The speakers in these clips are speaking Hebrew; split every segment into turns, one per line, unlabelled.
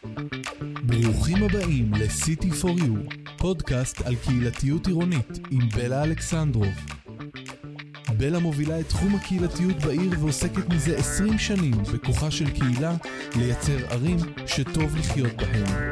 ברוכים הבאים ל-City for You, פודקאסט על קהילתיות עירונית עם בלה אלכסנדרוב. בלה מובילה את תחום הקהילתיות בעיר ועוסקת מזה 20 שנים בכוחה של קהילה לייצר ערים שטוב לחיות בהן.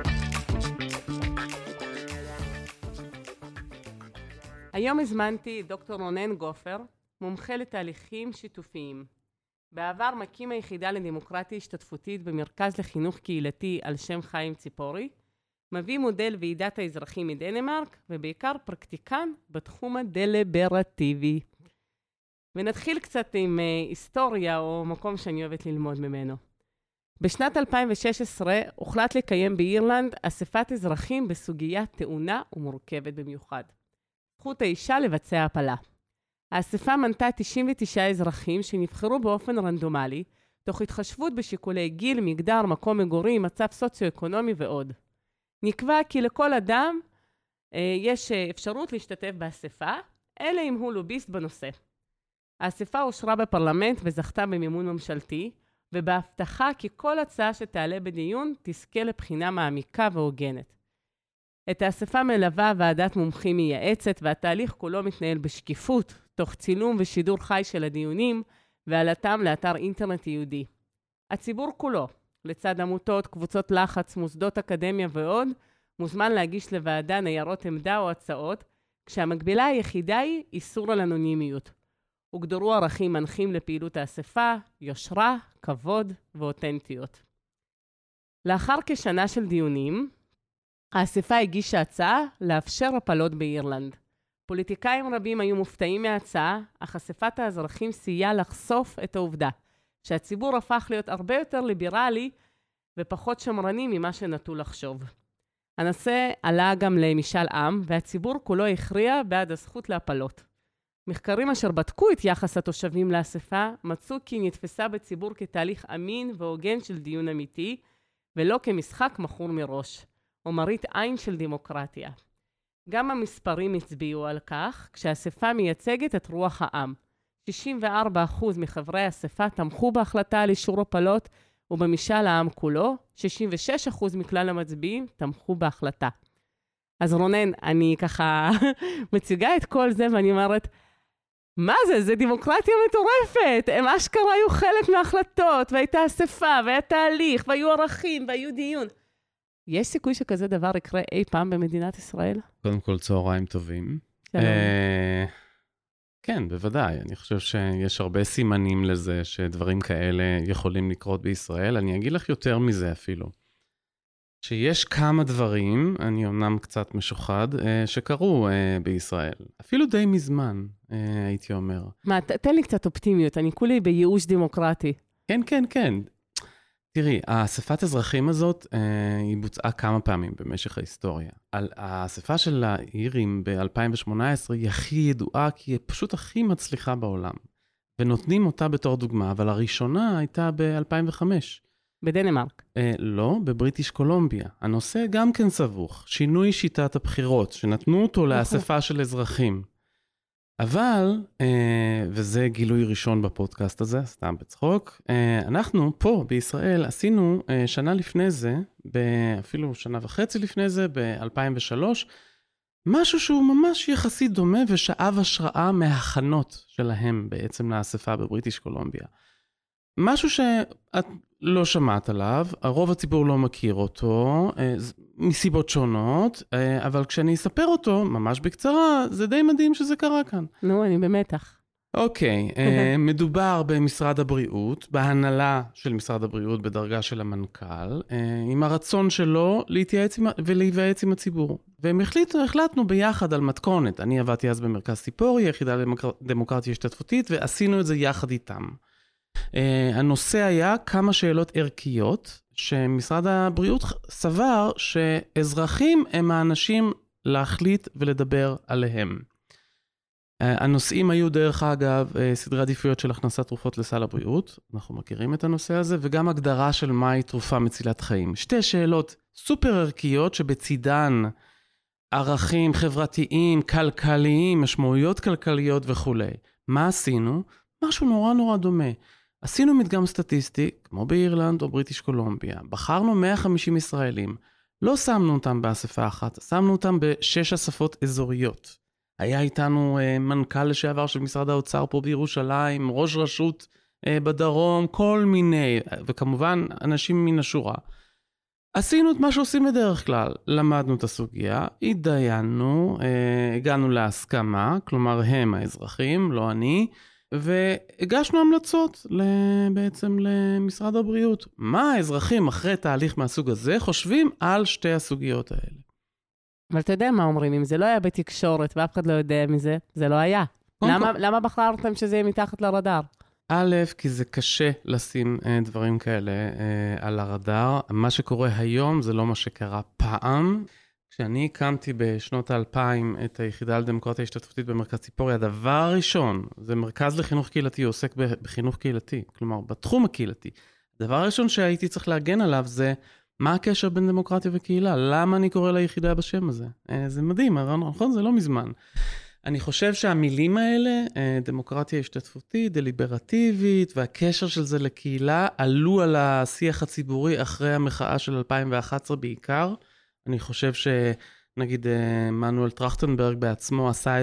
היום הזמנתי דוקטור רונן גופר, מומחה לתהליכים שיתופיים. בעבר מקים היחידה לדמוקרטיה השתתפותית במרכז לחינוך קהילתי על שם חיים ציפורי, מביא מודל ועידת האזרחים מדנמרק, ובעיקר פרקטיקן בתחום הדליברטיבי. ונתחיל קצת עם היסטוריה או מקום שאני אוהבת ללמוד ממנו. בשנת 2016 הוחלט לקיים באירלנד אספת אזרחים בסוגיה טעונה ומורכבת במיוחד. זכות האישה לבצע הפלה. האספה מנתה 99 אזרחים שנבחרו באופן רנדומלי, תוך התחשבות בשיקולי גיל, מגדר, מקום מגורים, מצב סוציו-אקונומי ועוד. נקבע כי לכל אדם יש אפשרות להשתתף באספה, אלא אם הוא לוביסט בנושא. האספה אושרה בפרלמנט וזכתה במימון ממשלתי, ובהבטחה כי כל הצעה שתעלה בדיון תזכה לבחינה מעמיקה והוגנת. את האספה מלווה ועדת מומחים מייעצת, והתהליך כולו מתנהל בשקיפות, תוך צילום ושידור חי של הדיונים, ועלתם לאתר אינטרנט יהודי. הציבור כולו, לצד עמותות, קבוצות לחץ, מוסדות אקדמיה ועוד, מוזמן להגיש לוועדה ניירות עמדה או הצעות, כשהמקבילה היחידה היא איסור על אנונימיות. הוגדרו ערכים מנחים לפעילות האספה, יושרה, כבוד ואותנטיות. לאחר כשנה של דיונים, האספה הגישה הצעה לאפשר הפלות באירלנד. פוליטיקאים רבים היו מופתעים מההצעה, אך אספת האזרחים סייעה לחשוף את העובדה, שהציבור הפך להיות הרבה יותר ליברלי ופחות שמרני ממה שנטו לחשוב. הנושא עלה גם למשאל עם, והציבור כולו הכריע בעד הזכות להפלות. מחקרים אשר בדקו את יחס התושבים לאספה, מצאו כי נתפסה בציבור כתהליך אמין והוגן של דיון אמיתי, ולא כמשחק מכור מראש, או מראית עין של דמוקרטיה. גם המספרים הצביעו על כך, כשהאספה מייצגת את רוח העם. 64% מחברי האספה תמכו בהחלטה על אישור הפלות, ובמשאל העם כולו, 66% מכלל המצביעים תמכו בהחלטה. אז רונן, אני ככה מציגה את כל זה, ואני אומרת, מה זה? זה דמוקרטיה מטורפת. הם אשכרה היו חלק מההחלטות, והייתה אספה, והיה תהליך, והיו ערכים, והיו דיון. יש סיכוי שכזה דבר יקרה אי פעם במדינת ישראל?
קודם כל, צהריים טובים. כן, בוודאי. אני חושב שיש הרבה סימנים לזה שדברים כאלה יכולים לקרות בישראל. אני אגיד לך יותר מזה אפילו. שיש כמה דברים, אני אומנם קצת משוחד, שקרו בישראל. אפילו די מזמן, הייתי אומר.
מה, תן לי קצת אופטימיות. אני כולי בייאוש דמוקרטי.
כן, כן, כן. תראי, האספת אזרחים הזאת, היא בוצעה כמה פעמים במשך ההיסטוריה. האספה של האירים ב-2018 היא הכי ידועה, כי היא פשוט הכי מצליחה בעולם. ונותנים אותה בתור דוגמה, אבל הראשונה הייתה ב-2005.
בדנמרק.
לא, בבריטיש קולומביה. הנושא גם כן סבוך. שינוי שיטת הבחירות, שנתנו אותו לאספה של אזרחים. אבל, וזה גילוי ראשון בפודקאסט הזה, סתם בצחוק, אנחנו פה בישראל עשינו שנה לפני זה, אפילו שנה וחצי לפני זה, ב-2003, משהו שהוא ממש יחסית דומה ושאב השראה מההכנות שלהם בעצם לאספה בבריטיש קולומביה. משהו שאת לא שמעת עליו, הרוב הציבור לא מכיר אותו, מסיבות שונות, אבל כשאני אספר אותו, ממש בקצרה, זה די מדהים שזה קרה כאן.
נו, אני במתח.
אוקיי, מדובר במשרד הבריאות, בהנהלה של משרד הבריאות בדרגה של המנכ"ל, עם הרצון שלו להיוועץ עם הציבור. והם החלטנו ביחד על מתכונת. אני עבדתי אז במרכז ציפורי, יחידה לדמוקרטיה השתתפותית, ועשינו את זה יחד איתם. הנושא היה כמה שאלות ערכיות, שמשרד הבריאות סבר שאזרחים הם האנשים להחליט ולדבר עליהם. הנושאים היו דרך אגב סדרי עדיפויות של הכנסת תרופות לסל הבריאות, אנחנו מכירים את הנושא הזה, וגם הגדרה של מהי תרופה מצילת חיים. שתי שאלות סופר ערכיות שבצידן ערכים חברתיים, כלכליים, משמעויות כלכליות וכו'. מה עשינו? משהו נורא נורא דומה. עשינו מדגם סטטיסטי, כמו באירלנד או בריטיש קולומביה, בחרנו 150 ישראלים, לא שמנו אותם באספה אחת, שמנו אותם ב6 אספות אזוריות. היה איתנו מנכ"ל לשעבר של משרד האוצר פה בירושלים, ראש רשות בדרום, כל מיני, וכמובן אנשים מן השורה. עשינו את מה שעושים בדרך כלל, למדנו את הסוגיה, התדיינו, הגענו להסכמה, כלומר הם האזרחים, לא אני, והגשנו המלצות בעצם למשרד הבריאות. מה האזרחים אחרי תהליך מהסוג הזה חושבים על שתי הסוגיות האלה?
אבל אתה יודע מה אומרים, אם זה לא היה בתקשורת ואף אחד לא יודע מזה, זה לא היה. למה בחרתם שזה יהיה מתחת לרדאר?
א', כי זה קשה לשים דברים כאלה על הרדאר. מה שקורה היום זה לא מה שקרה פעם. כשאני הקמתי בשנות ה-2000 את היחידה לדמוקרטיה השתתפותית במרכז ציפורי, הדבר הראשון, זה מרכז לחינוך קהילתי, הוא עוסק בחינוך קהילתי, כלומר בתחום הקהילתי. הדבר הראשון שהייתי צריך להגן עליו זה מה הקשר בין דמוקרטיה וקהילה, למה אני קורא ליחידה בשם הזה. זה מדהים, נכון? זה לא מזמן. אני חושב שהמילים האלה, דמוקרטיה השתתפותית, דליברטיבית, והקשר של זה לקהילה, עלו על השיח הציבורי אחרי המחאה של 2011 בעיקר. אני חושב שנגיד מנואל טרכטנברג בעצמו עשה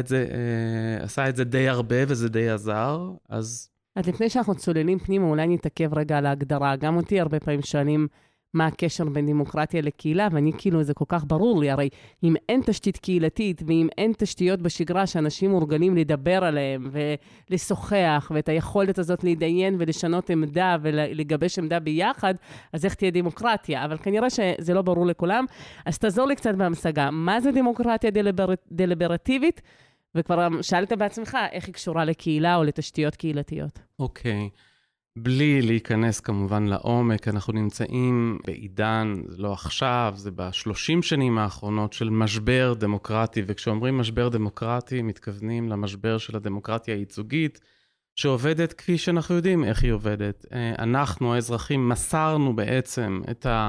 את זה די הרבה וזה די עזר, אז...
אז לפני שאנחנו צוללים פנימה, אולי נתעכב רגע על ההגדרה. גם אותי הרבה פעמים שואלים מה הקשר בין דמוקרטיה לקהילה, ואני כאילו, זה כל כך ברור לי, הרי אם אין תשתית קהילתית, ואם אין תשתיות בשגרה שאנשים מורגלים לדבר עליהם, ולשוחח, ואת היכולת הזאת להידיין ולשנות עמדה, ולגבש עמדה ביחד, אז איך תהיה דמוקרטיה? אבל כנראה שזה לא ברור לכולם. אז תעזור לי קצת בהמשגה. מה זה דמוקרטיה דליברטיבית? וכבר שאלת בעצמך, איך היא קשורה לקהילה או לתשתיות קהילתיות?
אוקיי. בלי להיכנס כמובן לעומק, אנחנו נמצאים בעידן, זה לא עכשיו, זה ב30 שנים האחרונות של משבר דמוקרטי, וכשאומרים משבר דמוקרטי, מתכוונים למשבר של הדמוקרטיה הייצוגית, שעובדת כפי שאנחנו יודעים איך היא עובדת. אנחנו, האזרחים, מסרנו בעצם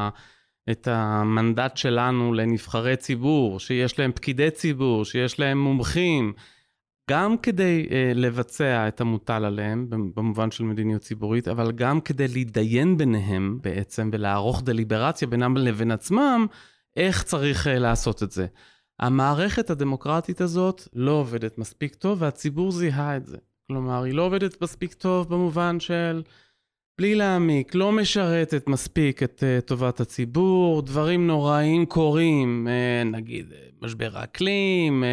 את המנדט שלנו לנבחרי ציבור, שיש להם פקידי ציבור, שיש להם מומחים, גם כדי לבצע את המוטל עליהם, במובן של מדיניות ציבורית, אבל גם כדי להידיין ביניהם בעצם, ולערוך דליברציה בינם לבין עצמם, איך צריך לעשות את זה. המערכת הדמוקרטית הזאת לא עובדת מספיק טוב, והציבור זיהה את זה. כלומר, היא לא עובדת מספיק טוב במובן של בלי להעמיק, לא משרתת מספיק את טובת הציבור, דברים נוראים קורים, נגיד משבר האקלים,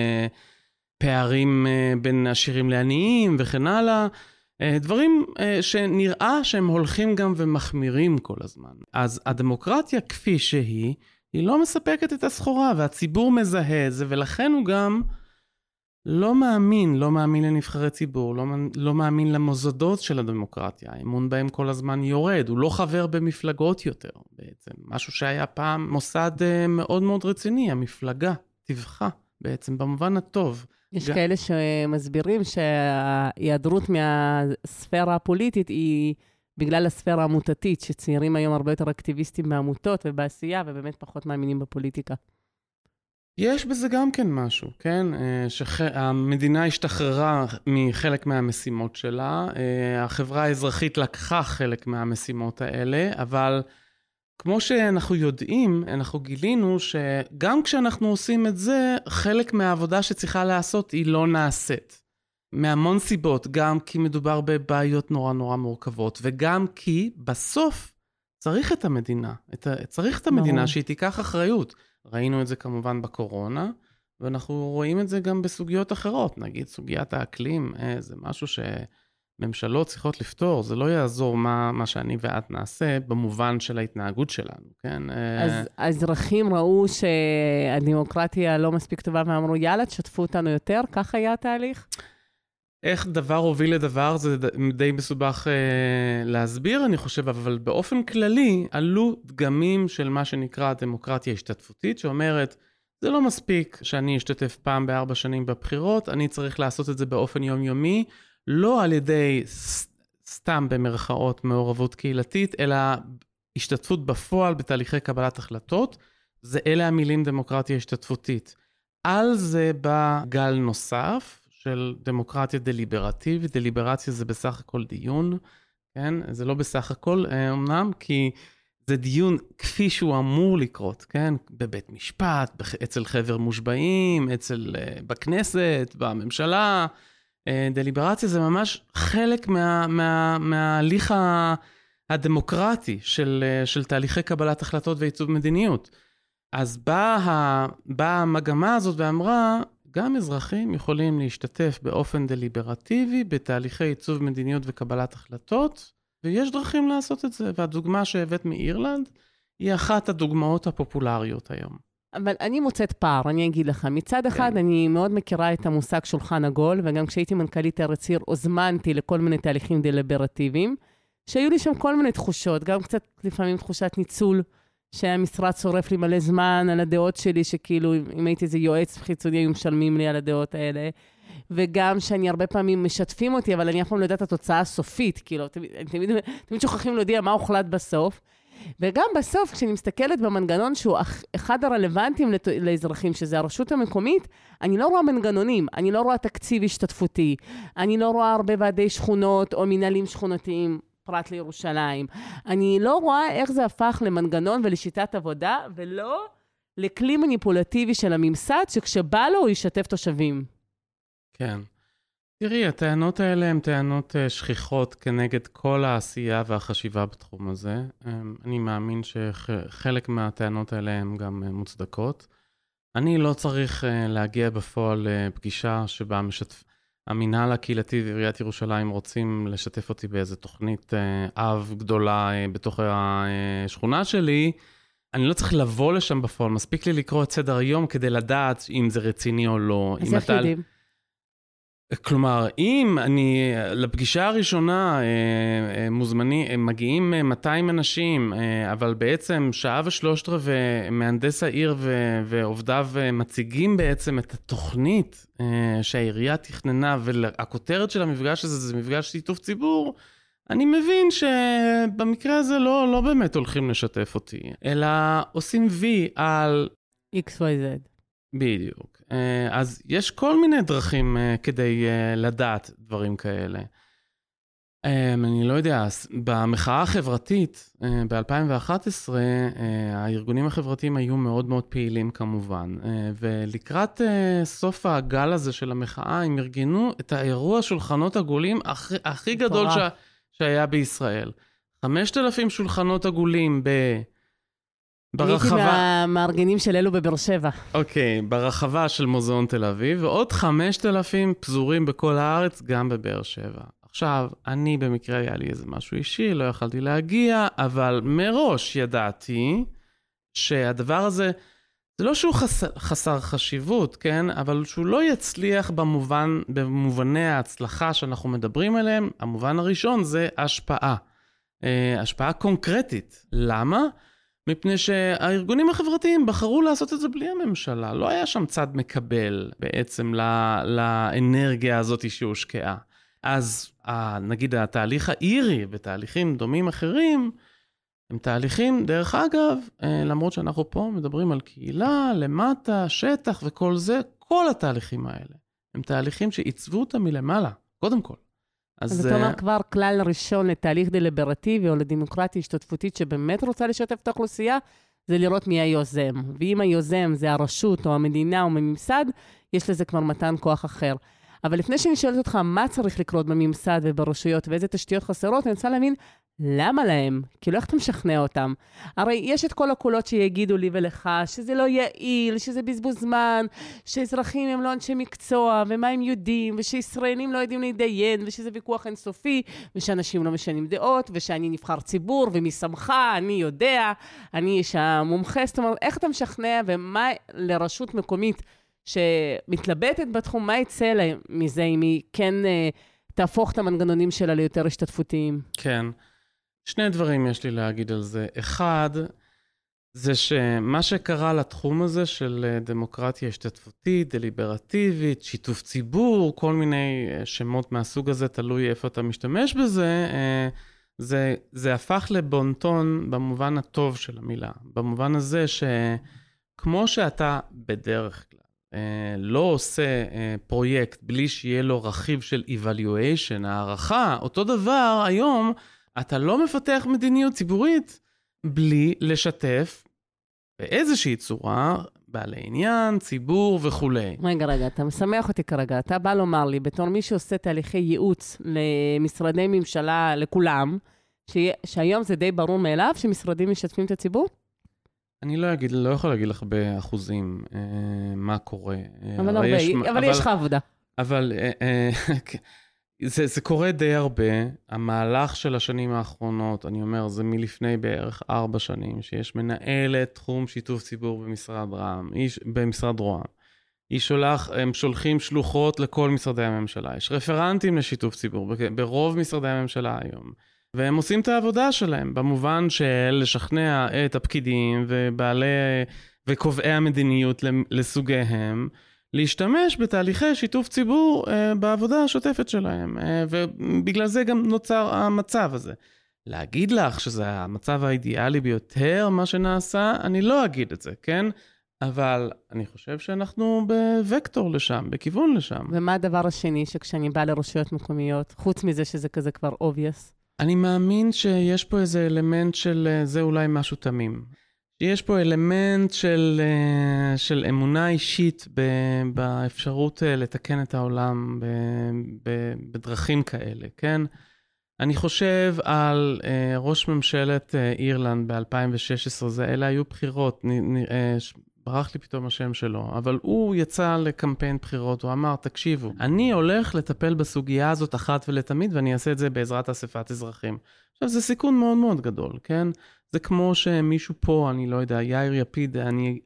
פערים בין עשירים לעניים וכן הלאה, דברים שנראה שהם הולכים גם ומחמירים כל הזמן. אז הדמוקרטיה כפי שהיא, היא לא מספקת את הסחורה, והציבור מזהה את זה, ולכן הוא גם לא מאמין לנבחרי ציבור, לא מאמין למוסדות של הדמוקרטיה, האמון בהם כל הזמן יורד, הוא לא חבר במפלגות יותר בעצם, משהו שהיה פעם מוסד מאוד מאוד רציני, המפלגה טבחה בעצם במובן הטוב.
יש כאלה שמסבירים שההיעדרות מהספירה הפוליטית היא בגלל הספירה העמותתית, שצעירים היום הרבה יותר אקטיביסטים בעמותות ובעשייה, ובאמת פחות מאמינים בפוליטיקה.
יש בזה גם כן משהו, כן? שהמדינה השתחררה מחלק מהמשימות שלה, החברה האזרחית לקחה חלק מהמשימות האלה, אבל כמו שאנחנו יודעים, אנחנו גילינו שגם כשאנחנו עושים את זה, חלק מהעבודה שצריכה לעשות היא לא נעשית. מהמון סיבות, גם כי מדובר בבעיות נורא נורא מורכבות, וגם כי בסוף צריך את המדינה, צריך את המדינה שהיא תיקח אחריות. ראינו את זה כמובן בקורונה, ואנחנו רואים את זה גם בסוגיות אחרות, נגיד סוגיית האקלים, זה משהו שממשלות צריכות לפתור, זה לא יעזור מה שאני ואת נעשה במובן של ההתנהגות שלנו, כן?
אז האזרחים ראו שהדמוקרטיה לא מספיק טובה, ואמרו, יאללה, תשתפו אותנו יותר, כך היה התהליך?
איך דבר הוביל לדבר, זה די מסובך להסביר, אני חושב, אבל באופן כללי, עלו דגמים של מה שנקרא דמוקרטיה השתתפותית, שאומרת, זה לא מספיק שאני אשתתף פעם ב4 שנים בבחירות, אני צריך לעשות את זה באופן יומיומי, לא על ידי סתם במרכאות מעורבות קהילתית, אלא השתתפות בפועל בתהליכי קבלת החלטות, אלה המילים דמוקרטיה השתתפותית. על זה בא גל נוסף, של דמוקרטיה דליברטיבית, דליברציה זה בסך הכל דיון, כן? זה לא בסך הכל אמנם, כי זה דיון כפי שהוא אמור לקרות, כן? בבית משפט, אצל חבר מושבעים, בכנסת, בממשלה. דליברציה זה ממש חלק מההליך הדמוקרטי של תהליכי קבלת החלטות ועיצוב מדיניות. אז באה המגמה הזאת ואמרה, גם אזרחים יכולים להשתתף באופן דליברטיבי בתהליכי עיצוב מדיניות וקבלת החלטות, ויש דרכים לעשות את זה, והדוגמה שהבאת מאירלנד היא אחת הדוגמאות הפופולריות היום.
אבל אני מוצאת פער, אני אגיד לך. מצד אחד, אני מאוד מכירה את המושג שולחן עגול, וגם כשהייתי מנכ"לית ארץ עיר, הוזמנתי לכל מיני תהליכים דליברטיביים, שהיו לי שם כל מיני תחושות, גם קצת לפעמים תחושת ניצול, שהמשרד שורף לי מלא זמן על הדעות שלי, שכאילו, אם הייתי איזה יועץ חיצוני, היו משלמים לי על הדעות האלה, וגם שאני הרבה פעמים משתפים אותי, אבל אני אף פעם לא יודעת את התוצאה הסופית, כאילו, תמיד שוכחים להודיע מה הוחלט בסוף, וגם בסוף, כשאני מסתכלת במנגנון שהוא אחד הרלוונטיים לאזרחים, שזה הרשות המקומית, אני לא רואה מנגנונים, אני לא רואה תקציב השתתפותי, אני לא רואה הרבה ועדי שכונות או מנהלים שכונתיים, פרט לירושלים. אני לא רואה איך זה הפך למנגנון ולשיטת עבודה, ולא לכלי מניפולטיבי של הממסד, שכשבא לו הוא ישתף תושבים.
כן. תראי, הטענות האלה הן טענות שכיחות כנגד כל העשייה והחשיבה בתחום הזה. אני מאמין שחלק מהטענות האלה הן גם מוצדקות. אני לא צריך להגיע בפועל לפגישה שבה המינהל הקהילתי ועיריית ירושלים רוצים לשתף אותי באיזו תוכנית אב גדולה בתוך השכונה שלי. אני לא צריך לבוא לשם בפועל, מספיק לי לקרוא את סדר היום כדי לדעת אם זה רציני או לא.
אז איך יודעים?
כלומר, אם אני, לפגישה הראשונה מגיעים 200 אנשים, אבל בעצם שעה ושלושת רבעי מהנדס העיר ועובדיו מציגים בעצם את התוכנית שהעירייה תכננה, והכותרת של המפגש הזה זה מפגש שיתוף ציבור, אני מבין שבמקרה הזה לא באמת הולכים לשתף אותי, אלא עושים וי על
XYZ.
בדיוק. אז יש כל מיני דרכים כדי לדעת דברים כאלה. אני לא יודע, במחאה החברתית ב-2011, הארגונים החברתיים היו מאוד מאוד פעילים כמובן, ולקראת סוף הגל הזה של המחאה, הם ארגנו את האירוע שולחנות עגולים הכי גדול שהיה בישראל. 5,000 שולחנות עגולים ברחבה.
הייתי מהמארגנים של אלו בבאר שבע.
אוקיי, ברחבה של מוזיאון תל אביב, ועוד 5,000 פזורים בכל הארץ, גם בבאר שבע. עכשיו, אני במקרה היה לי איזה משהו אישי, לא יכלתי להגיע, אבל מראש ידעתי שהדבר הזה, זה לא שהוא חסר חשיבות, כן? אבל שהוא לא יצליח במובני ההצלחה שאנחנו מדברים עליהם. המובן הראשון זה השפעה. השפעה קונקרטית. למה? מפני שהארגונים החברתיים בחרו לעשות את זה בלי הממשלה. לא היה שם צד מקבל בעצם לאנרגיה הזאת שהושקעה. אז נגיד התהליך האירי ותהליכים דומים אחרים, הם תהליכים, דרך אגב, למרות שאנחנו פה מדברים על קהילה, למטה, שטח וכל זה, כל התהליכים האלה, הם תהליכים שעיצבו אותם מלמעלה, קודם כל.
אז אתה אומר כבר כלל ראשון לתהליך דליברטיבי או לדמוקרטיה השתתפותית שבאמת רוצה לשתף את האוכלוסייה, זה לראות מי היוזם. ואם היוזם זה הרשות או המדינה או ממסד, יש לזה כבר מתן כוח אחר. אבל לפני שאני שואלת אותך מה צריך לקרות בממסד וברשויות ואיזה תשתיות חסרות, אני רוצה להבין למה להם? כאילו איך אתה משכנע אותם? הרי יש את כל הקולות שיגידו לי ולך, שזה לא יעיל, שזה בזבוז זמן, שאזרחים הם לא אנשי מקצוע, ומה הם יודעים, ושישראלים לא יודעים להתדיין, ושזה ויכוח אינסופי, ושאנשים לא משנים דעות, ושאני נבחר ציבור, ומי שמחה, אני יודע, אני איש המומחה. זאת אומרת, איך אתה משכנע ומה לרשות מקומית שמתלבטת בתחום, מה יצא להם מזה, אם היא כן תהפוך את המנגנונים שלה ליותר השתתפותיים?
כן. שני דברים יש לי להגיד על זה. אחד, זה שמה שקרה לתחום הזה של דמוקרטיה השתתפותית, דליברטיבית, שיתוף ציבור, כל מיני שמות מהסוג הזה, תלוי איפה אתה משתמש בזה, זה הפך לבונטון במובן הטוב של המילה. במובן הזה שכמו שאתה בדרך כלל לא עושה פרויקט בלי שיהיה לו רכיב של evaluation, הערכה, אותו דבר היום, אתה לא מפתח מדיניות ציבורית בלי לשתף באיזושהי צורה בעלי עניין, ציבור וכו'.
רגע, אתה משמח אותי כרגע. אתה בא לומר לי, בתור מי שעושה תהליכי ייעוץ למשרדי ממשלה, לכולם, שהיום זה די ברור מאליו שמשרדים משתפים את הציבור?
אני לא יכול להגיד לך באחוזים מה קורה.
אבל יש לך עבודה.
אבל זה קורה די הרבה. המהלך של השנים האחרונות, אני אומר, זה מלפני בערך 4 שנים, שיש מנהלת תחום שיתוף ציבור במשרד רוה"מ. הם שולחים שלוחות לכל משרדי הממשלה. יש רפרנטים לשיתוף ציבור ברוב משרדי הממשלה היום. והם עושים את העבודה שלהם, במובן של לשכנע את הפקידים וקובעי המדיניות לסוגיהם, להשתמש בתהליכי שיתוף ציבור בעבודה השוטפת שלהם, ובגלל זה גם נוצר המצב הזה. להגיד לך שזה המצב האידיאלי ביותר, מה שנעשה, אני לא אגיד את זה, כן? אבל אני חושב שאנחנו בווקטור לשם, בכיוון לשם.
ומה הדבר השני שכשאני באה לרשויות מקומיות, חוץ מזה שזה כזה כבר obvious?
אני מאמין שיש פה איזה אלמנט של, זה אולי משהו תמים. יש פה אלמנט של אמונה אישית באפשרות לתקן את העולם בדרכים כאלה, כן? אני חושב על ראש ממשלת אירלנד ב-2016, אלה היו בחירות, ברח לי פתאום השם שלו, אבל הוא יצא לקמפיין בחירות, הוא אמר, תקשיבו, אני הולך לטפל בסוגיה הזאת אחת ולתמיד, ואני אעשה את זה בעזרת אספת אזרחים. עכשיו, זה סיכון מאוד מאוד גדול, כן? זה כמו שמישהו פה, אני לא יודע, יאיר יפיד,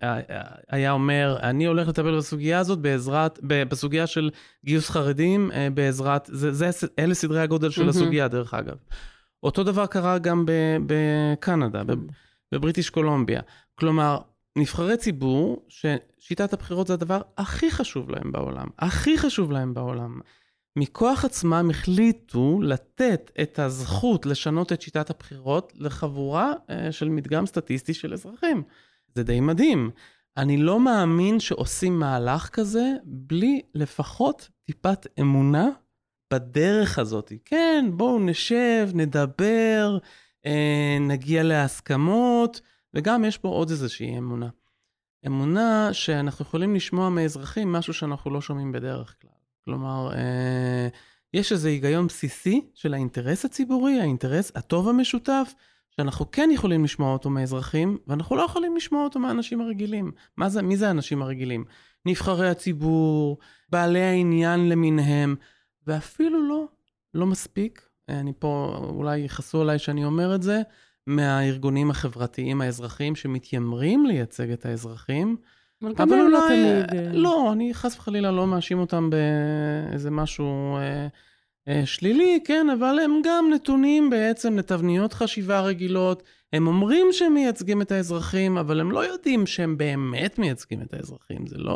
היה אומר, אני הולך לטפל בסוגיה הזאת בסוגיה של גיוס חרדים, בעזרת, אלה סדרי הגודל של הסוגיה, דרך אגב. אותו דבר קרה גם בקנדה, בבריטיש קולומביה. כלומר, נבחרי ציבור, ששיטת הבחירות זה הדבר הכי חשוב להם בעולם, הכי חשוב להם בעולם. מכוח עצמם החליטו לתת את הזכות לשנות את שיטת הבחירות לחבורה של מדגם סטטיסטי של אזרחים. זה די מדהים. אני לא מאמין שעושים מהלך כזה בלי לפחות טיפת אמונה בדרך הזאת. כן, בואו נשב, נדבר, נגיע להסכמות, וגם יש פה עוד איזושהי אמונה. אמונה שאנחנו יכולים לשמוע מאזרחים משהו שאנחנו לא שומעים בדרך כלל. כלומר, יש איזה היגיון בסיסי של האינטרס הציבורי, האינטרס הטוב המשותף, שאנחנו כן יכולים לשמוע אותו מאזרחים, ואנחנו לא יכולים לשמוע אותו מהאנשים הרגילים. מי זה האנשים הרגילים? נבחרי הציבור, בעלי העניין למיניהם, ואפילו לא מספיק, אני פה אולי יחסו עליי שאני אומר את זה, מהארגונים החברתיים האזרחיים שמתיימרים לייצג את האזרחים,
אבל אולי לא תמיד.
לא, אני חס וחלילה לא מאשים אותם באיזה משהו שלילי, כן, אבל הם גם נתונים בעצם לתבניות חשיבה רגילות, הם אומרים שהם מייצגים את האזרחים, אבל הם לא יודעים שהם באמת מייצגים את האזרחים, זה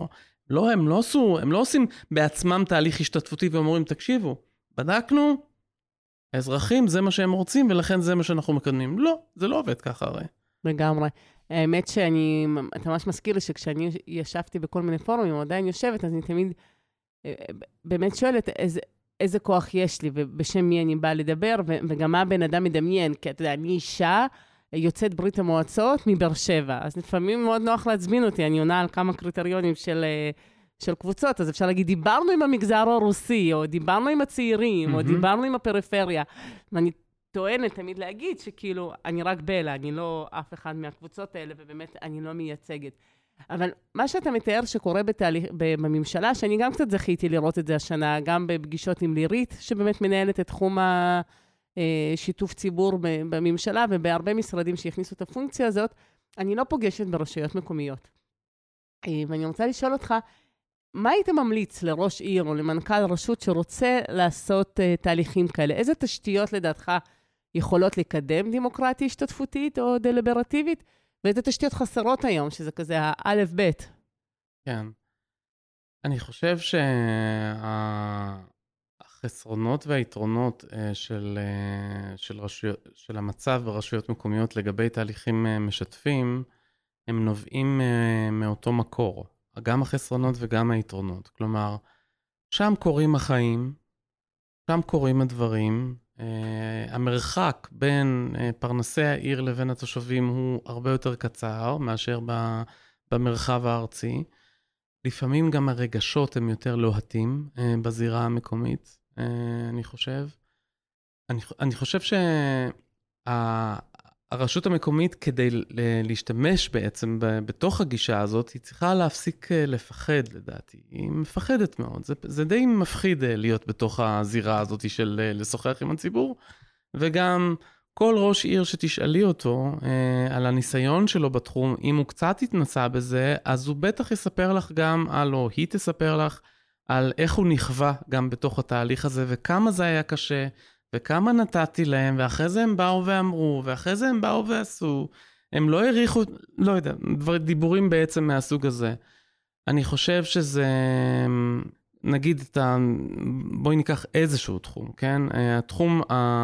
הם לא עושים בעצמם תהליך השתתפותי ואומרים, תקשיבו, בדקנו, האזרחים זה מה שהם רוצים, ולכן זה מה שאנחנו מקדמים. לא, זה לא עובד ככה הרי.
לגמרי. האמת אתה ממש מזכיר לי שכשאני ישבתי בכל מיני פורומים, עדיין יושבת, אז אני תמיד באמת שואלת איזה כוח יש לי, ובשם מי אני באה לדבר, וגם מה בן אדם מדמיין, כי אתה יודע, אני אישה, יוצאת ברית המועצות מבאר שבע, אז לפעמים מאוד נוח להצבין אותי, אני עונה על כמה קריטריונים של קבוצות, אז אפשר להגיד, דיברנו עם המגזר הרוסי, או דיברנו עם הצעירים, או דיברנו עם הפריפריה, ואני טוענת תמיד להגיד שכאילו, אני רק בלה, אני לא אף אחד מהקבוצות האלה, ובאמת אני לא מייצגת. אבל מה שאתה מתאר שקורה בממשלה, שאני גם קצת זכיתי לראות את זה השנה, גם בפגישות עם לירית, שבאמת מנהלת את תחום השיתוף ציבור בממשלה, ובהרבה משרדים שהכניסו את הפונקציה הזאת, אני לא פוגשת ברשויות מקומיות. ואני רוצה לשאול אותך, מה היית ממליץ לראש עיר או למנכ"ל רשות שרוצה לעשות תהליכים כאלה? איזה תשתיות לדעתך יכולות לקדם דמוקרטיה השתתפותית או דליברטיבית? ואיזה תשתיות חסרות היום, שזה כזה האלף בית?
כן. אני חושב שהחסרונות והיתרונות של המצב ברשויות מקומיות לגבי תהליכים משתפים, הם נובעים מאותו מקור. גם החסרונות וגם היתרונות. כלומר, שם קורים החיים, שם קורים הדברים, המרחק בין פרנסי העיר לבין התושבים הוא הרבה יותר קצר מאשר במרחב הארצי. לפעמים גם הרגשות הם יותר לוהטים בזירה המקומית, אני חושב. אני חושב שהרשות המקומית, כדי להשתמש בעצם בתוך הגישה הזאת, היא צריכה להפסיק לפחד, לדעתי. היא מפחדת מאוד. זה די מפחיד להיות בתוך הזירה הזאת של לשוחח עם הציבור, וגם כל ראש עיר שתשאלי אותו על הניסיון שלו בתחום, אם הוא קצת התנסה בזה, אז הוא בטח יספר לך גם או היא תספר לך על איך הוא נכווה גם בתוך התהליך הזה, וכמה זה היה קשה, וכמה נתתי להם, ואחרי זה הם באו ואמרו, ואחרי זה הם באו ועשו, הם לא העריכו, לא יודע, דיבורים בעצם מהסוג הזה. אני חושב שזה, נגיד, בואי ניקח איזשהו תחום, כן? התחום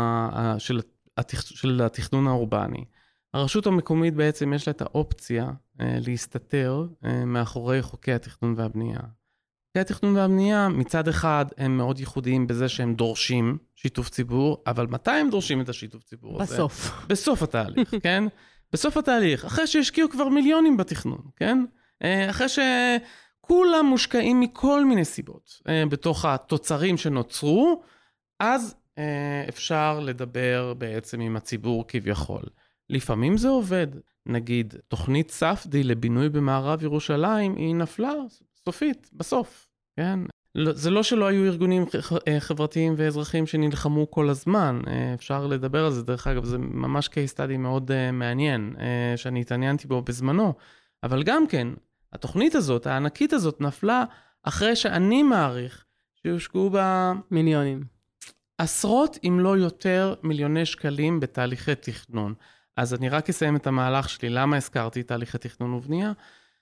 של התכנון האורבני. הרשות המקומית בעצם יש לה את האופציה להסתתר מאחורי חוקי התכנון והבנייה. חוקי התכנון והבנייה מצד אחד הם מאוד ייחודיים בזה שהם דורשים שיתוף ציבור, אבל מתי הם דורשים את השיתוף ציבור הזה?
בסוף.
בסוף התהליך, כן? בסוף התהליך, אחרי שהשקיעו כבר מיליונים בתכנון, כן? אחרי שכולם מושקעים מכל מיני סיבות בתוך התוצרים שנוצרו, אז אפשר לדבר בעצם עם הציבור כביכול. לפעמים זה עובד. נגיד, תוכנית ספדי לבינוי במערב ירושלים, היא נפלה סופית, בסוף, כן? זה לא שלא היו ארגונים חברתיים ואזרחיים שנלחמו כל הזמן, אפשר לדבר על זה, דרך אגב, זה ממש קייס סטאדי מאוד מעניין, שאני התעניינתי בו בזמנו, אבל גם כן, התוכנית הזאת, הענקית הזאת, נפלה אחרי שאני מעריך שיושקעו בה
מיליונים.
עשרות אם לא יותר מיליוני שקלים בתהליכי תכנון. אז אני רק אסיים את המהלך שלי, למה הזכרתי תהליכי תכנון ובנייה?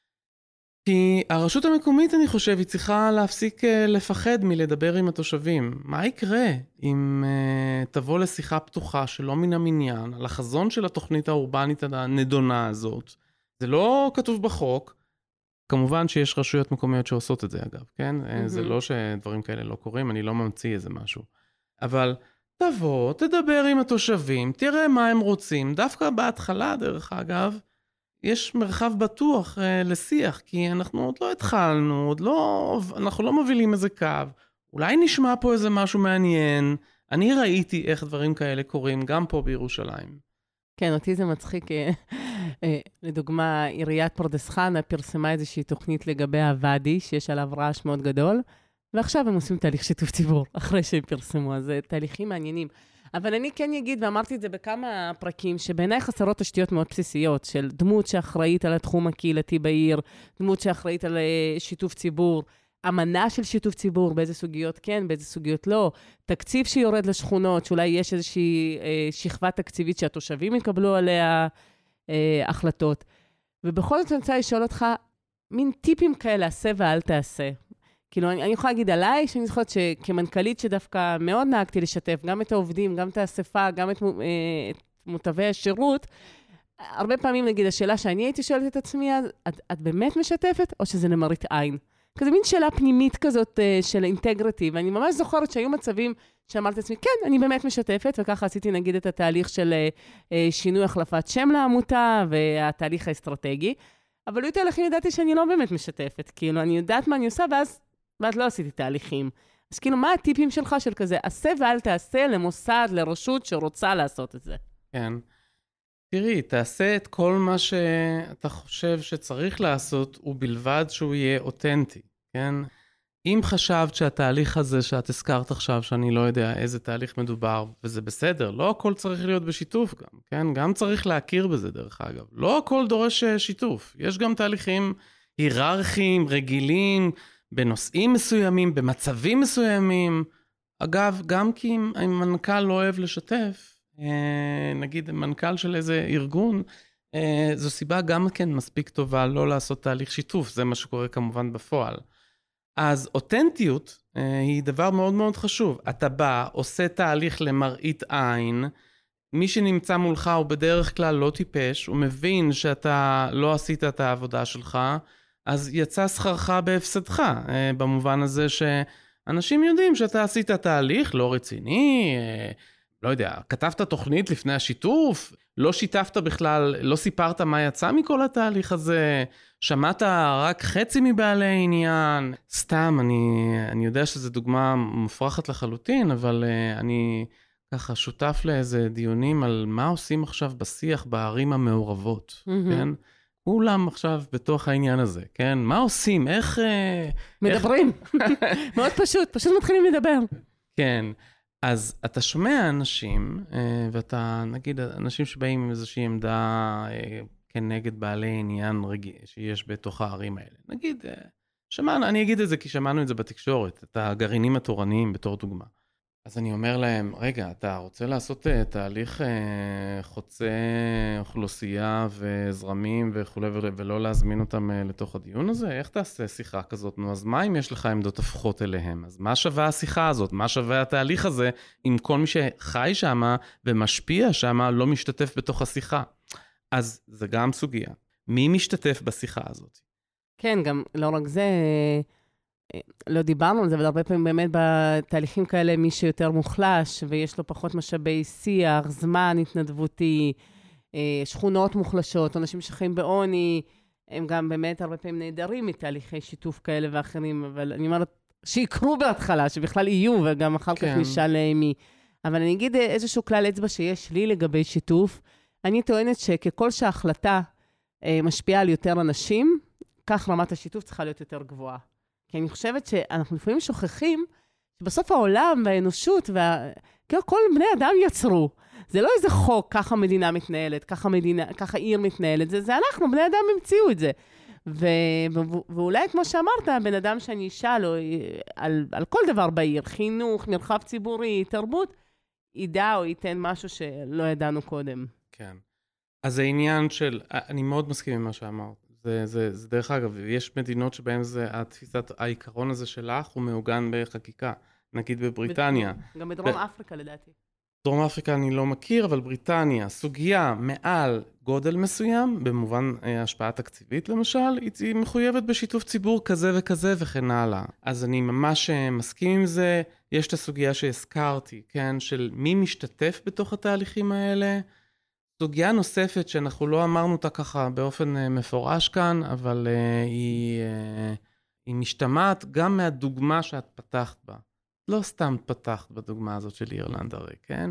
כי הרשות המקומית, אני חושב, היא צריכה להפסיק לפחד מלדבר עם התושבים. מה יקרה אם תבוא לשיחה פתוחה שלא מן המניין, על החזון של התוכנית האורבנית הנדונה הזאת? זה לא כתוב בחוק, כמובן שיש רשויות מקומיות שעושות את זה אגב, כן? זה לא שדברים כאלה לא קורים, אני לא ממציא איזה משהו. אבל תבוא, תדבר עם התושבים, תראה מה הם רוצים, דווקא בהתחלה דרך אגב, יש מרחב בטוח לשיח, כי אנחנו עוד לא התחלנו, אנחנו לא מובילים איזה קו, אולי נשמע פה איזה משהו מעניין, אני ראיתי איך דברים כאלה קורים גם פה בירושלים.
כן, אותי זה מצחיק, לדוגמה, עיריית פרדס חנה פרסמה איזושהי תוכנית לגבי הוואדי, שיש עליו רעש מאוד גדול, ועכשיו הם עושים תהליך שיתוף ציבור, אחרי שהם פרסמו, אז זה תהליכים מעניינים. אבל אני כן אגיד, ואמרתי את זה בכמה פרקים, שבעיניי חסרות תשתיות מאוד בסיסיות, של דמות שאחראית על התחום הקהילתי בעיר, דמות שאחראית על שיתוף ציבור, אמנה של שיתוף ציבור, באיזה סוגיות כן, באיזה סוגיות לא, תקציב שיורד לשכונות, שאולי יש איזושהי שכבה תקציבית שהתושבים יקבלו עליה החלטות. ובכל זאת אני רוצה לשאול אותך, מין טיפים כאלה, עשה ואל תעשה. כאילו, אני יכולה להגיד עליי, שאני זוכרת שכמנכ"לית שדווקא מאוד נהגתי לשתף, גם את העובדים, גם את האספה, גם את מוטבי השירות, הרבה פעמים, נגיד, השאלה שאני הייתי שואלת את עצמי, את באמת משתפת, או שזה למראית עין? כזה מין שאלה פנימית כזאת של אינטגריטי, ואני ממש זוכרת שהיו מצבים שאמרתי לעצמי, כן, אני באמת משתפת, וככה עשיתי, נגיד, את התהליך של שינוי החלפת שם לעמותה, והתהליך האסטרטגי, אבל היו תהליכים, ידעתי שאני לא באמת משתפת, כאילו, אני יודעת מה אני עושה, ואז לא עשיתי תהליכים. אז כאילו, מה הטיפים שלך של כזה, עשה ואל תעשה למוסד, לרשות שרוצה לעשות את זה?
כן. תראי, תעשה את כל מה שאתה חושב שצריך לעשות, ובלבד שהוא יהיה אותנטי, כן? אם חשבת שהתהליך הזה שאת הזכרת עכשיו, שאני לא יודע איזה תהליך מדובר, וזה בסדר, לא הכל צריך להיות בשיתוף גם, כן? גם צריך להכיר בזה דרך אגב. לא הכל דורש שיתוף. יש גם תהליכים היררכיים, רגילים, בנושאים מסוימים, במצבים מסוימים. אגב, גם כי אם מנכ"ל לא אוהב לשתף, נגיד מנכ"ל של איזה ארגון, זו סיבה גם כן מספיק טובה לא לעשות תהליך שיתוף, זה מה שקורה כמובן בפועל. אז אותנטיות היא דבר מאוד מאוד חשוב. אתה בא, עושה תהליך למראית עין, מי שנמצא מולך הוא בדרך כלל לא טיפש, הוא מבין שאתה לא עשית את העבודה שלך, אז יצא שכרך בהפסדך, במובן הזה שאנשים יודעים שאתה עשית תהליך לא רציני, לא יודע, כתבת תוכנית לפני השיתוף, לא שיתפת בכלל, לא סיפרת מה יצא מכל התהליך הזה, שמעת רק חצי מבעלי עניין. סתם, אני יודע שזו דוגמה מופרכת לחלוטין, אבל אני ככה שותף לאיזה דיונים על מה עושים עכשיו בשיח בערים המעורבות, כן? כולם עכשיו בתוך העניין הזה, כן? מה עושים? איך...
מדברים. מאוד פשוט מתחילים לדבר.
כן. אז אתה שומע אנשים, ואתה, נגיד, אנשים שבאים עם איזושהי עמדה כנגד בעלי עניין שיש בתוך הערים האלה. נגיד, שמענו, אני אגיד את זה כי שמענו את זה בתקשורת, את הגרעינים התורניים בתור דוגמה. אז אני אומר להם, רגע, אתה רוצה לעשות תהליך חוצה אוכלוסייה וזרמים וכו' ולא להזמין אותם לתוך הדיון הזה? איך תעשה שיחה כזאת? נו, אז מה אם יש לך עמדות הפכות אליהם? אז מה שווה השיחה הזאת? מה שווה התהליך הזה אם כל מי שחי שם ומשפיע שם לא משתתף בתוך השיחה? אז זה גם סוגיה. מי משתתף בשיחה הזאת?
כן, גם לא רק זה... לא דיברנו על זה, אבל הרבה פעמים באמת בתהליכים כאלה מי שיותר מוחלש, ויש לו פחות משאבי שיח, זמן התנדבותי, שכונות מוחלשות, אנשים שחיים בעוני, הם גם באמת הרבה פעמים נהדרים מתהליכי שיתוף כאלה ואחרים, אבל אני אומרת, שיקרו בהתחלה, שבכלל יהיו, וגם אחר כך נשאל מי. אבל אני אגיד איזשהו כלל אצבע שיש לי לגבי שיתוף, אני טוענת שככל שההחלטה משפיעה על יותר אנשים, כך רמת השיתוף צריכה להיות יותר גבוהה. כי אני חושבת שאנחנו לפעמים שוכחים שבסוף העולם והאנושות, כל בני אדם יצרו. זה לא איזה חוק, ככה מדינה מתנהלת, ככה עיר מתנהלת, זה אנחנו, בני אדם המציאו את זה. ואולי כמו שאמרת, בן אדם שאני אשאל על כל דבר בעיר, חינוך, מרחב ציבורי, תרבות, ידע או ייתן משהו שלא ידענו קודם.
כן. אז העניין של, אני מאוד מסכים עם מה שאמרת. זה דרך אגב, יש מדינות שבהן התפיסת העיקרון הזה שלך הוא מעוגן בחקיקה, נגיד בבריטניה.
גם בדרום אפריקה לדעתי.
דרום אפריקה אני לא מכיר, אבל בריטניה, סוגיה מעל גודל מסוים, במובן השפעה תקציבית למשל, היא מחויבת בשיתוף ציבור כזה וכזה וכן הלאה. אז אני ממש מסכים עם זה, יש את הסוגיה שהזכרתי, כן, של מי משתתף בתוך התהליכים האלה, סוגיה נוספת שאנחנו לא אמרנו אותה ככה באופן מפורש כאן, אבל היא משתמעת גם מהדוגמה שאת פתחת בה. לא סתם פתחת בדוגמה הזאת של אירלנד הרי, כן?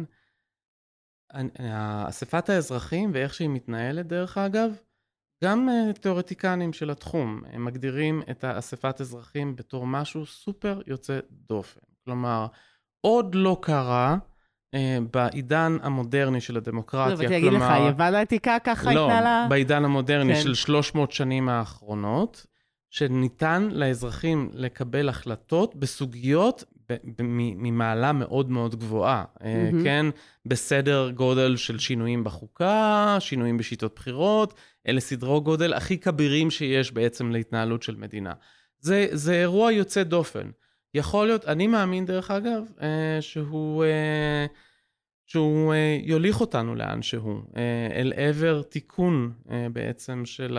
אספת האזרחים ואיך שהיא מתנהלת דרך אגב, גם תיאורטיקנים של התחום, הם מגדירים את אספת אזרחים בתור משהו סופר יוצא דופן. כלומר, עוד לא קרה בעידן המודרני של הדמוקרטיה.
לא, ותגיד לך, יוון העתיקה ככה התנהלה?
לא, בעידן המודרני של 300 שנים האחרונות, שניתן לאזרחים לקבל החלטות בסוגיות ממעלה מאוד מאוד גבוהה. כן, בסדר גודל של שינויים בחוקה, שינויים בשיטות בחירות, אלה סדרו גודל הכי כבירים שיש בעצם להתנהלות של מדינה. זה אירוע יוצא דופן. יכול להיות, אני מאמין דרך אגב, שהוא יוליך אותנו לאן שהוא, אל עבר תיקון בעצם של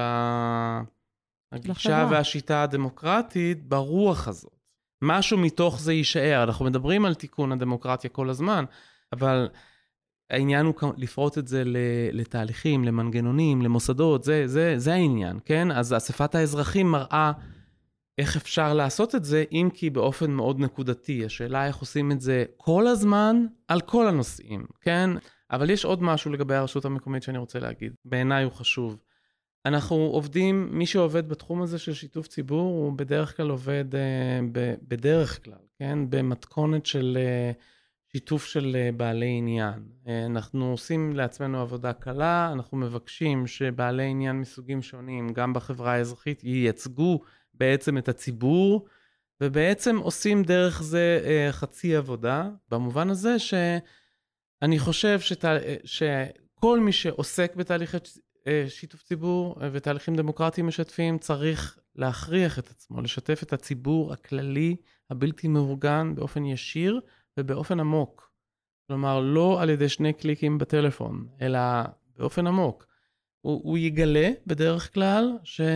הגישה והשיטה הדמוקרטית ברוח הזאת. משהו מתוך זה יישאר, אנחנו מדברים על תיקון הדמוקרטיה כל הזמן, אבל העניין הוא לפרוט את זה לתהליכים, למנגנונים, למוסדות, זה העניין, כן? אז אספת האזרחים מראה איך אפשר לעשות את זה, אם כי באופן מאוד נקודתי. השאלה איך עושים את זה כל הזמן, על כל הנושאים, כן? אבל יש עוד משהו לגבי הרשות המקומית שאני רוצה להגיד. בעיניי הוא חשוב. אנחנו עובדים, מי שעובד בתחום הזה של שיתוף ציבור, הוא בדרך כלל עובד, בדרך כלל, כן? במתכונת של שיתוף של בעלי עניין. אנחנו עושים לעצמנו עבודה קלה, אנחנו מבקשים שבעלי עניין מסוגים שונים, גם בחברה האזרחית, ייצגו בעצם את הציבור, ובעצם עושים דרך זה חצי עבודה, במובן הזה שאני חושב שכל מי שעוסק בתהליכי שיתוף ציבור ותהליכים דמוקרטיים משתפים, צריך להכריח את עצמו, לשתף את הציבור הכללי, הבלתי מאורגן, באופן ישיר ובאופן עמוק. כלומר, לא על ידי 2 קליקים בטלפון, אלא באופן עמוק. הוא יגלה בדרך כלל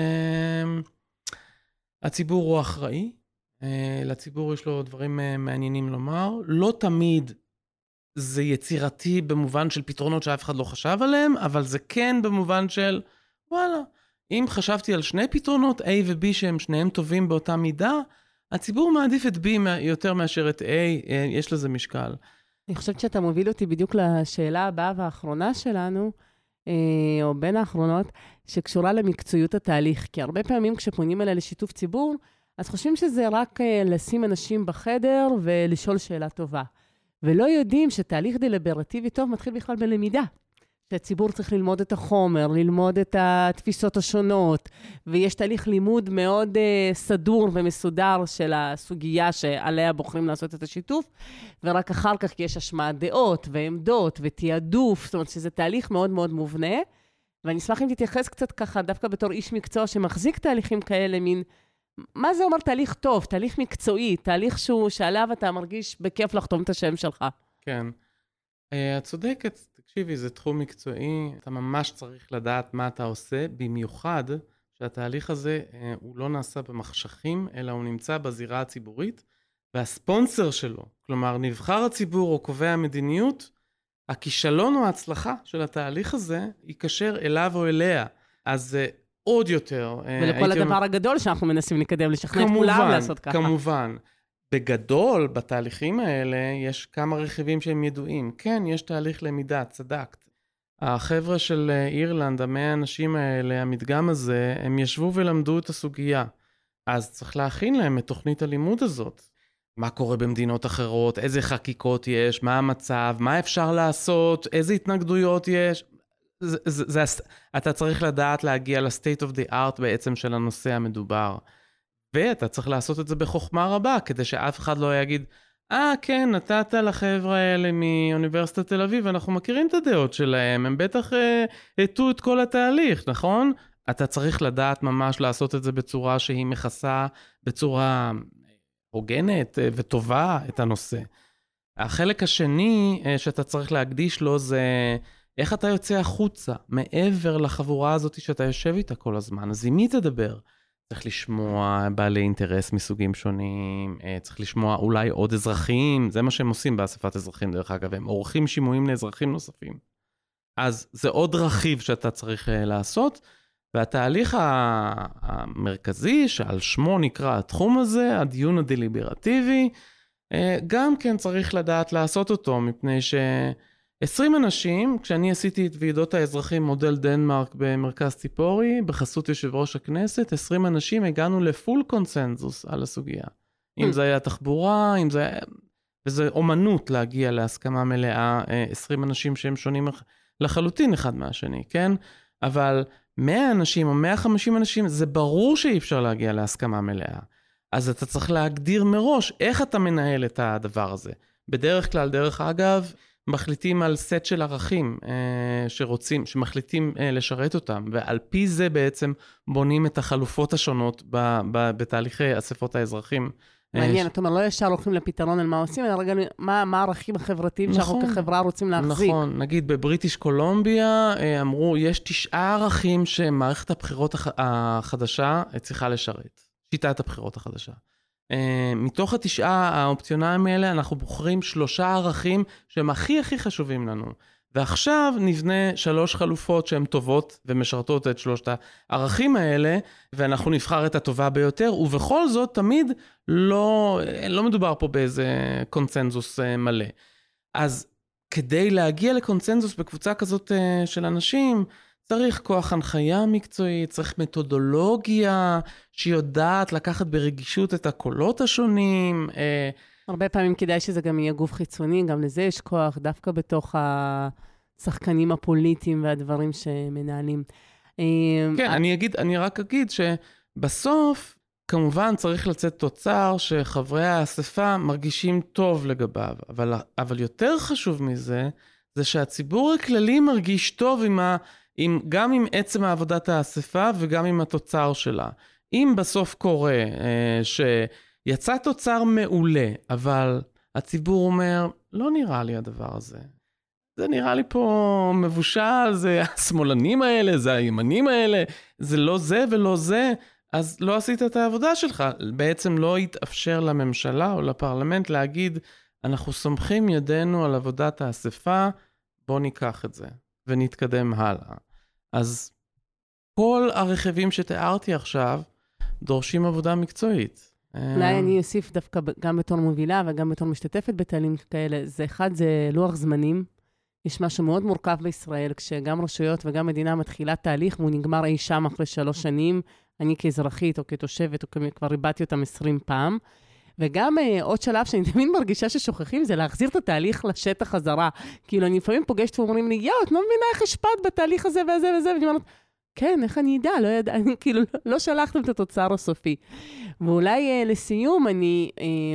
הציבור הוא אחראי, לציבור יש לו דברים מעניינים לומר, לא תמיד זה יצירתי במובן של פתרונות שאף אחד לא חשב עליהם, אבל זה כן במובן של, וואלה, אם חשבתי על שני פתרונות, A ו-B שהם שניהם טובים באותה מידה, הציבור מעדיף את B יותר מאשר את A, יש לזה משקל.
אני חושבת שאתה מוביל אותי בדיוק לשאלה הבאה והאחרונה שלנו, או בין האחרונות, שקשורה למקצועיות התהליך. כי הרבה פעמים כשפונים אליה לשיתוף ציבור, אז חושבים שזה רק לשים אנשים בחדר ולשאול שאלה טובה. ולא יודעים שתהליך דליברטיבי טוב מתחיל בכלל בלמידה. שהציבור צריך ללמוד את החומר, ללמוד את התפיסות השונות, ויש תהליך לימוד מאוד סדור ומסודר של הסוגיה שעליה בוחרים לעשות את השיתוף, ורק אחר כך יש השמעת דעות ועמדות ותיעדוף, זאת אומרת שזה תהליך מאוד מאוד מובנה, ואני אשמח אם תתייחס קצת ככה, דווקא בתור איש מקצוע שמחזיק תהליכים כאלה, מין, מה זה אומר תהליך טוב, תהליך מקצועי, תהליך שעליו אתה מרגיש בכיף לחתום את השם שלך.
כן. את צודקת, תקשיבי, זה תחום מקצועי, אתה ממש צריך לדעת מה אתה עושה, במיוחד שהתהליך הזה הוא לא נעשה במחשכים, אלא הוא נמצא בזירה הציבורית, והספונסר שלו, כלומר נבחר הציבור או קובע המדיניות, הכישלון או ההצלחה של התהליך הזה יקשר אליו או אליה, אז עוד יותר.
ולכל הדבר הגדול שאנחנו מנסים לקדם, לשכנע את כולם לעשות ככה.
כמובן. בגדול, בתהליכים האלה, יש כמה רכיבים שהם ידועים. כן, יש תהליך למידה, צדקת. החבר'ה של אירלנד, 100 האנשים האלה, המדגם הזה, הם ישבו ולמדו את הסוגיה. אז צריך להכין להם את תוכנית הלימוד הזאת. מה קורה במדינות אחרות, איזה חקיקות יש, מה המצב, מה אפשר לעשות, איזה התנגדויות יש. אתה צריך לדעת להגיע ל-state of the art בעצם של הנושא המדובר. ואתה צריך לעשות את זה בחוכמה רבה, כדי שאף אחד לא יגיד, כן, נתת לחבר'ה האלה מאוניברסיטת תל אביב, אנחנו מכירים את הדעות שלהם, הם בטח הטו את כל התהליך, נכון? אתה צריך לדעת ממש לעשות את זה בצורה שהיא מכסה, בצורה הוגנת וטובה את הנושא. החלק השני שאתה צריך להקדיש לו זה, איך אתה יוצא החוצה, מעבר לחבורה הזאת שאתה יושב איתה כל הזמן, אז עם מי תדבר? צריך לשמוע בעלי אינטרס מסוגים שונים, צריך לשמוע אולי עוד אזרחים, זה מה שהם עושים באספת אזרחים דרך אגב, הם עורכים שימועים לאזרחים נוספים. אז זה עוד רכיב שאתה צריך לעשות, והתהליך המרכזי שעל שמו נקרא התחום הזה, הדיון הדליברטיבי, גם כן צריך לדעת לעשות אותו, מפני ש 20 אנשים, כשאני עשיתי את ועידות האזרחים מודל דנמרק במרכז ציפורי, בחסות יושב ראש הכנסת, 20 אנשים הגענו לפול קונסנזוס על הסוגיה. אם זה היה תחבורה, אם זה היה... וזה אומנות להגיע להסכמה מלאה, 20 אנשים שהם שונים לחלוטין אחד מהשני, כן? אבל 100 אנשים או 150 אנשים, זה ברור שאי אפשר להגיע להסכמה מלאה. אז אתה צריך להגדיר מראש איך אתה מנהל את הדבר הזה. בדרך כלל, דרך אגב, מחליטים על סט של ערכים שמחליטים לשרת אותם, ועל פי זה בעצם בונים את החלופות השונות בתהליכי אספות האזרחים.
מעניין, אתה אומר, לא ישר הולכים לפתרון על מה עושים, אלא רגע, מה הערכים החברתיים שאנחנו כחברה רוצים להחזיק.
נכון, נגיד בבריטיש קולומביה אמרו, יש 9 ערכים שמערכת הבחירות החדשה צריכה לשרת. שיטת הבחירות החדשה. מתוך 9 האופציונליים האלה, אנחנו בוחרים 3 ערכים שהם הכי חשובים לנו. ועכשיו נבנה 3 חלופות שהן טובות ומשרתות את 3 הערכים האלה, ואנחנו נבחר את הטובה ביותר, ובכל זאת תמיד לא מדובר פה באיזה קונצנזוס מלא. אז כדי להגיע לקונצנזוס בקבוצה כזאת של אנשים, צריך כוח הנחיה מקצועית, צריך מתודולוגיה שיודעת לקחת ברגישות את הקולות השונים.
הרבה פעמים כדאי שזה גם יהיה גוף חיצוני, גם לזה יש כוח, דווקא בתוך השחקנים הפוליטיים והדברים שמנהלים.
כן, אני רק אגיד שבסוף, כמובן צריך לצאת תוצר שחברי האספה מרגישים טוב לגביו, אבל יותר חשוב מזה, זה שהציבור הכללי מרגיש טוב גם עם עצם העבודת האספה וגם עם התוצר שלה. אם בסוף קורה שיצא תוצר מעולה, אבל הציבור אומר, לא נראה לי הדבר הזה. זה נראה לי פה מבושל, זה השמאלנים האלה, זה הימנים האלה, זה לא זה ולא זה, אז לא עשית את העבודה שלך. בעצם לא יתאפשר לממשלה או לפרלמנט להגיד, אנחנו סומכים ידינו על עבודת האספה, בוא ניקח את זה ונתקדם הלאה. אז כל הרכיבים שתיארתי עכשיו דורשים עבודה מקצועית.
אולי אני אוסיף דווקא גם בתור מובילה וגם בתור משתתפת בתהליכים כאלה. זה לוח זמנים. יש משהו מאוד מורכב בישראל, כשגם רשויות וגם מדינה מתחילה תהליך, והוא נגמר אי שם אחרי 3 שנים, אני כאזרחית או כתושבת, או כבר ריבדתי אותם 20 פעם. וגם עוד שלב שאני תמיד מרגישה ששוכחים, זה להחזיר את התהליך לשטח חזרה. כאילו, אני לפעמים פוגשת ואומרים לי, את לא מבינה איך השפעת בתהליך הזה וזה וזה, ואני אומרת, כן, איך אני יודע? לא יודע, כאילו, לא שלחתם את התוצר הסופי. ואולי לסיום, אני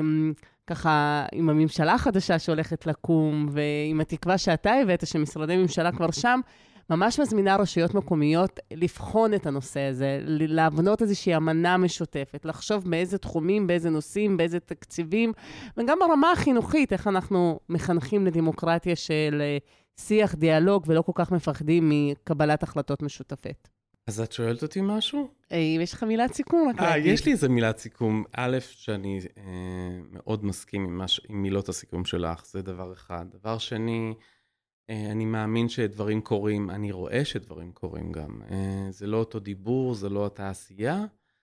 ככה, עם הממשלה החדשה שהולכת לקום, ועם התקווה שאתה הבאת, שמשרדי ממשלה כבר שם, ממש מזמינה רשויות מקומיות לבחון את הנושא הזה, להבנות איזושהי אמנה משותפת, לחשוב באיזה תחומים, באיזה נושאים, באיזה תקציבים, וגם ברמה החינוכית, איך אנחנו מחנכים לדמוקרטיה של שיח, דיאלוג, ולא כל כך מפחדים מקבלת החלטות משותפת.
אז את שואלת אותי משהו?
יש לך מילת סיכום?
יש לי איזה מילת סיכום. א', שאני מאוד מסכים עם מילות הסיכום שלך, זה דבר אחד. דבר שני, אני מאמין שדברים קורים, אני רואה שדברים קורים גם. זה לא אותו דיבור, זה לא אותה עשייה.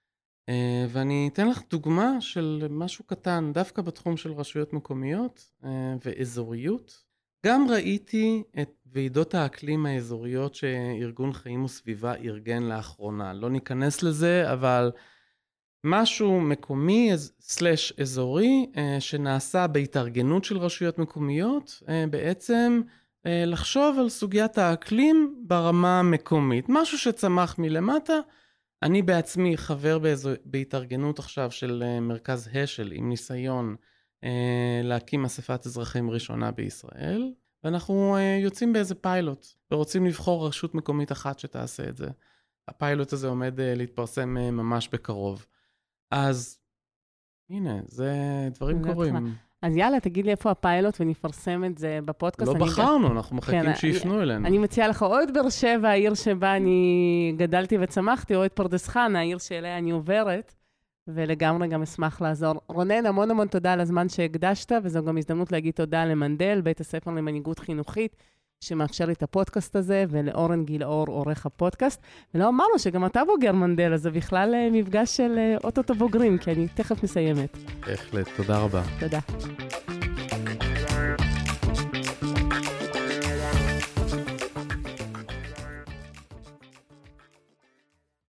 ואני אתן לך דוגמה של משהו קטן, דווקא בתחום של רשויות מקומיות ואזוריות. גם ראיתי את ועידות האקלים האזוריות שארגון חיים וסביבה ארגן לאחרונה. לא ניכנס לזה, אבל משהו מקומי סלש אזורי שנעשה בהתארגנות של רשויות מקומיות, בעצם לחשוב על סוגיית האקלים ברמה המקומית. משהו שצמח מלמטה. אני בעצמי חבר בהתארגנות עכשיו של מרכז השל עם ניסיון להקים אספת אזרחים ראשונה בישראל, ואנחנו יוצאים באיזה פיילוט, ורוצים לבחור רשות מקומית אחת שתעשה את זה. הפיילוט הזה עומד להתפרסם ממש בקרוב. אז הנה, זה דברים קורים.
אז יאללה, תגיד לי איפה הפיילוט ונפרסם את זה בפודקאסט.
לא בחרנו, אנחנו מחכים שיפנו אלינו.
אני מציעה לך או את באר שבע, העיר שבה אני גדלתי וצמחתי, או את פרדס חנה, העיר שאליה אני עוברת, ולגמרי גם אשמח לעזור. רונן, המון המון תודה על הזמן שהקדשת, וזו גם הזדמנות להגיד תודה למנדל, בית הספר למנהיגות חינוכית, שמאפשר לי את הפודקאסט הזה, ולאורן גילאור, עורך הפודקאסט. ולא אמרנו שגם אתה בוגר מנדל, אז זה בכלל מפגש של אוטוטו בוגרים, כי אני תכף מסיימת.
בהחלט, תודה רבה.
תודה.